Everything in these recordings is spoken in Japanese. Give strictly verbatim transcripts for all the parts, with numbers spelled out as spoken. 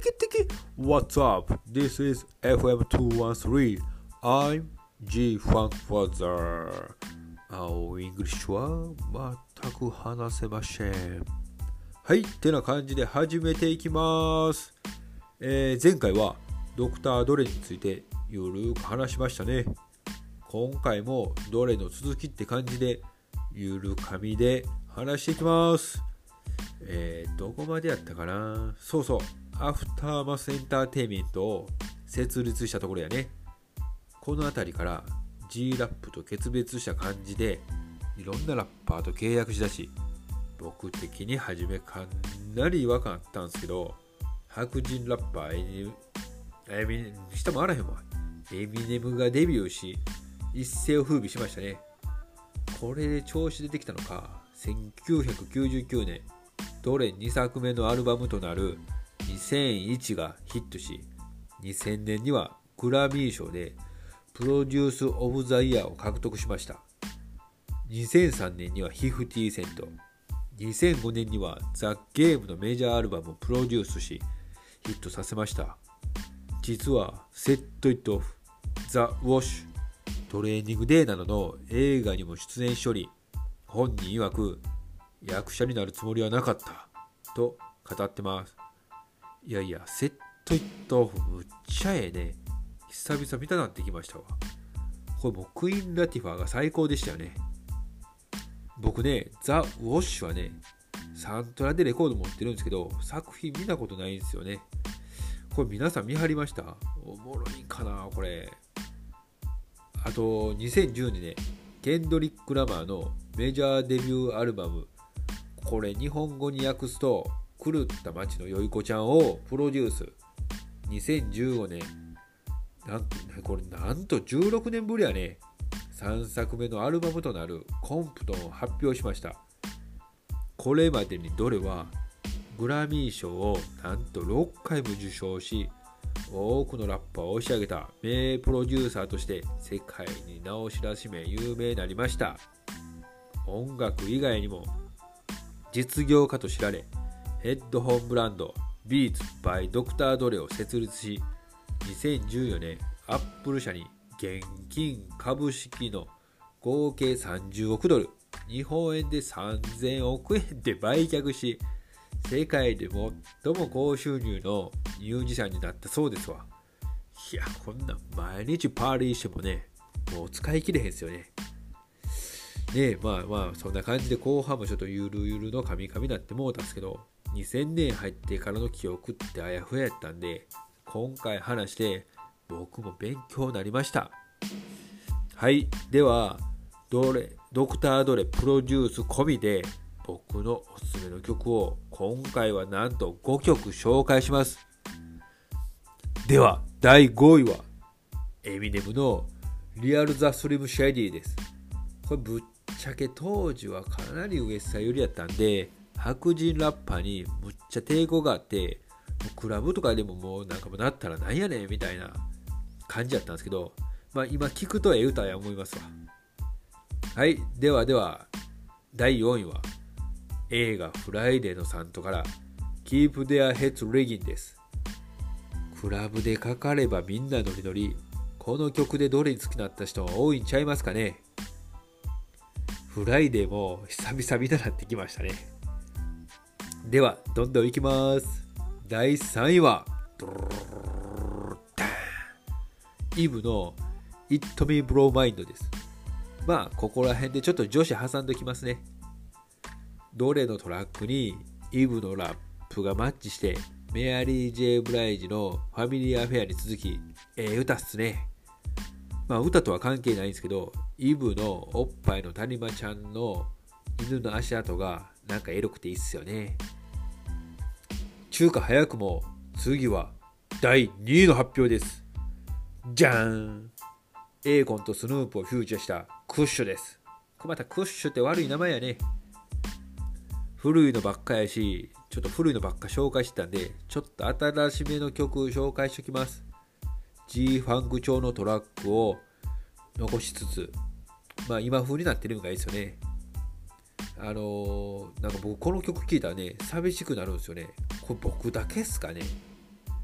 tiki tiki. What's up? This is エフエムにひゃくじゅうさん. I'm G Funk Father. 青イングリッシュは全く話せません。はい、ってな感じで始めていきます。えー、前回はドクタードレについてゆるく話しましたね。今回もドレの続きって感じでゆるかみで話していきます。えー、どこまでやったかな。そうそう、アフターマスエンターテインメントを設立したところやね。このあたりから G ラップと決別した感じでいろんなラッパーと契約しだし、僕的に初めかなり違和感あったんですけど、白人ラッパーエミエミ下もあらへんわエミネムがデビューし一世を風靡しましたね。これで調子出てきたのか、せんきゅうひゃくきゅうじゅうきゅうねんドレにさくめのアルバムとなるにせんいちがヒットし、にせんねんにはグラミー賞でプロデュースオブザイヤーを獲得しました。にせんさんねんにはフィフティセント、にせんごねんにはザ・ゲームのメジャーアルバムをプロデュースしヒットさせました。実はセット・イット・オフ、ザ・ウォッシュ、トレーニングデーなどの映画にも出演しおり、本人曰く役者になるつもりはなかったと語ってます。いやいや、セット・イット・オフむっちゃええね。久々見たなってきましたわ。これもうクイーン・ラティファーが最高でしたよね。僕ね、ザ・ウォッシュはね、サントラでレコード持ってるんですけど、作品見たことないんですよね。これ皆さん見張りました？おもろいんかなこれ。あとにせんじゅうにねん、ケンドリック・ラマーのメジャーデビューアルバム、これ日本語に訳すと狂った街のよい子ちゃんをプロデュース。にせんじゅうごねん、なんとこれなんとじゅうろくねんぶりやね。さんさくめのアルバムとなるコンプトンを発表しました。これまでにドレはグラミー賞をなんとろっかいも受賞し、多くのラッパーを押し上げた名プロデューサーとして世界に名を知らしめ有名になりました。音楽以外にも実業家と知られ、ヘッドホンブランドビーツ by ドクタードレを設立し、にせんじゅうよねんアップル社に現金株式の合計さんじゅうおくドル、日本円でさんぜんおくえんで売却し、世界で最も高収入のミュージシャンになったそうですわ。いや、こんな毎日パーリーしてもね、もう使い切れへんすよね。ねえ、まあまあそんな感じで後半もちょっとゆるゆるのカミカミになってもうたんですけど、にせんねん入ってからの記憶ってあやふややったんで、今回話して僕も勉強になりました。はい、ではドレドクタードレプロデュース込みで僕のおすすめの曲を今回はなんとごきょく紹介します。ではだいごいはエミネムのリアルザスリムシャディです。これぶっちゃけ当時はかなりウエストサイド寄りやったんで、白人ラッパーにむっちゃ抵抗があって、クラブとかでももうなんかもうなったらなんやねんみたいな感じやったんですけど、まあ今聞くとええ歌や思いますわ。はい、ではではだいよんいは映画フライデーのサントから Keep Their Heads Rigging です。クラブでかかればみんなノリノリ、この曲でどれに好きになった人は多いんちゃいますかね。フライデーも久々見たなってきましたね。ではどんどんいきます。だいさんいはイブの It Me Blow Mind です。まあここら辺でちょっと女子挟んでおきますね。ドレのトラックにイブのラップがマッチして、メアリー・ジェイ・ブライジのファミリーアフェアに続き、ええ歌っすね。まあ歌とは関係ないんですけど、イブのおっぱいの谷間ちゃんの犬の足跡がなんかエロくていいっすよね。中華早くも次はだいにいの発表です。じゃーん、エーコンとスヌープをフューチャーしたクッシュです。これまたクッシュって悪い名前やね。古いのばっかやし、ちょっと古いのばっか紹介してたんで、ちょっと新しめの曲紹介しておきます。 G ファンク調のトラックを残しつつ、まあ今風になってるのがいいですよね。あのー、なんか僕この曲聴いたらね、寂しくなるんですよね。これ僕だけっすかね。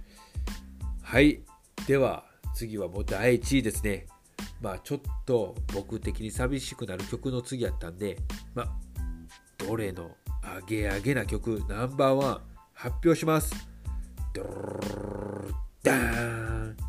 はい。では次はもうだいいちいですね。まあちょっと僕的に寂しくなる曲の次やったんで、まあどれのアゲアゲな曲ナンバーワン発表します。ドルルルダーン。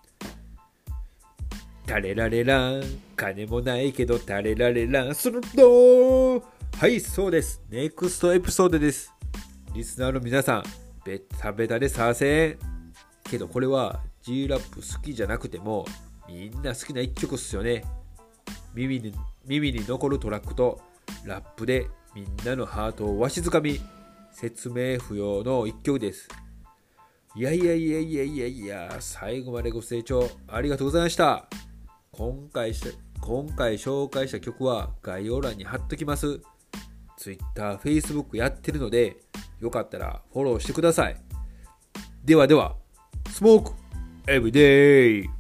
タレラレラン。金もないけどタレラレラン。スルッドー。はい、そうです。ネクストエピソードです。リスナーの皆さん、ベタベタでさせん。けどこれは G ラップ好きじゃなくてもみんな好きな一曲っすよね。耳に耳に残るトラックとラップでみんなのハートをわしづかみ、説明不要の一曲です。いやいやいやいやいやいや、最後までご清聴ありがとうございました。今回し今回紹介した曲は概要欄に貼っときます。Twitter、Facebook やってるのでよかったらフォローしてください。ではでは、スモークエブリデイ。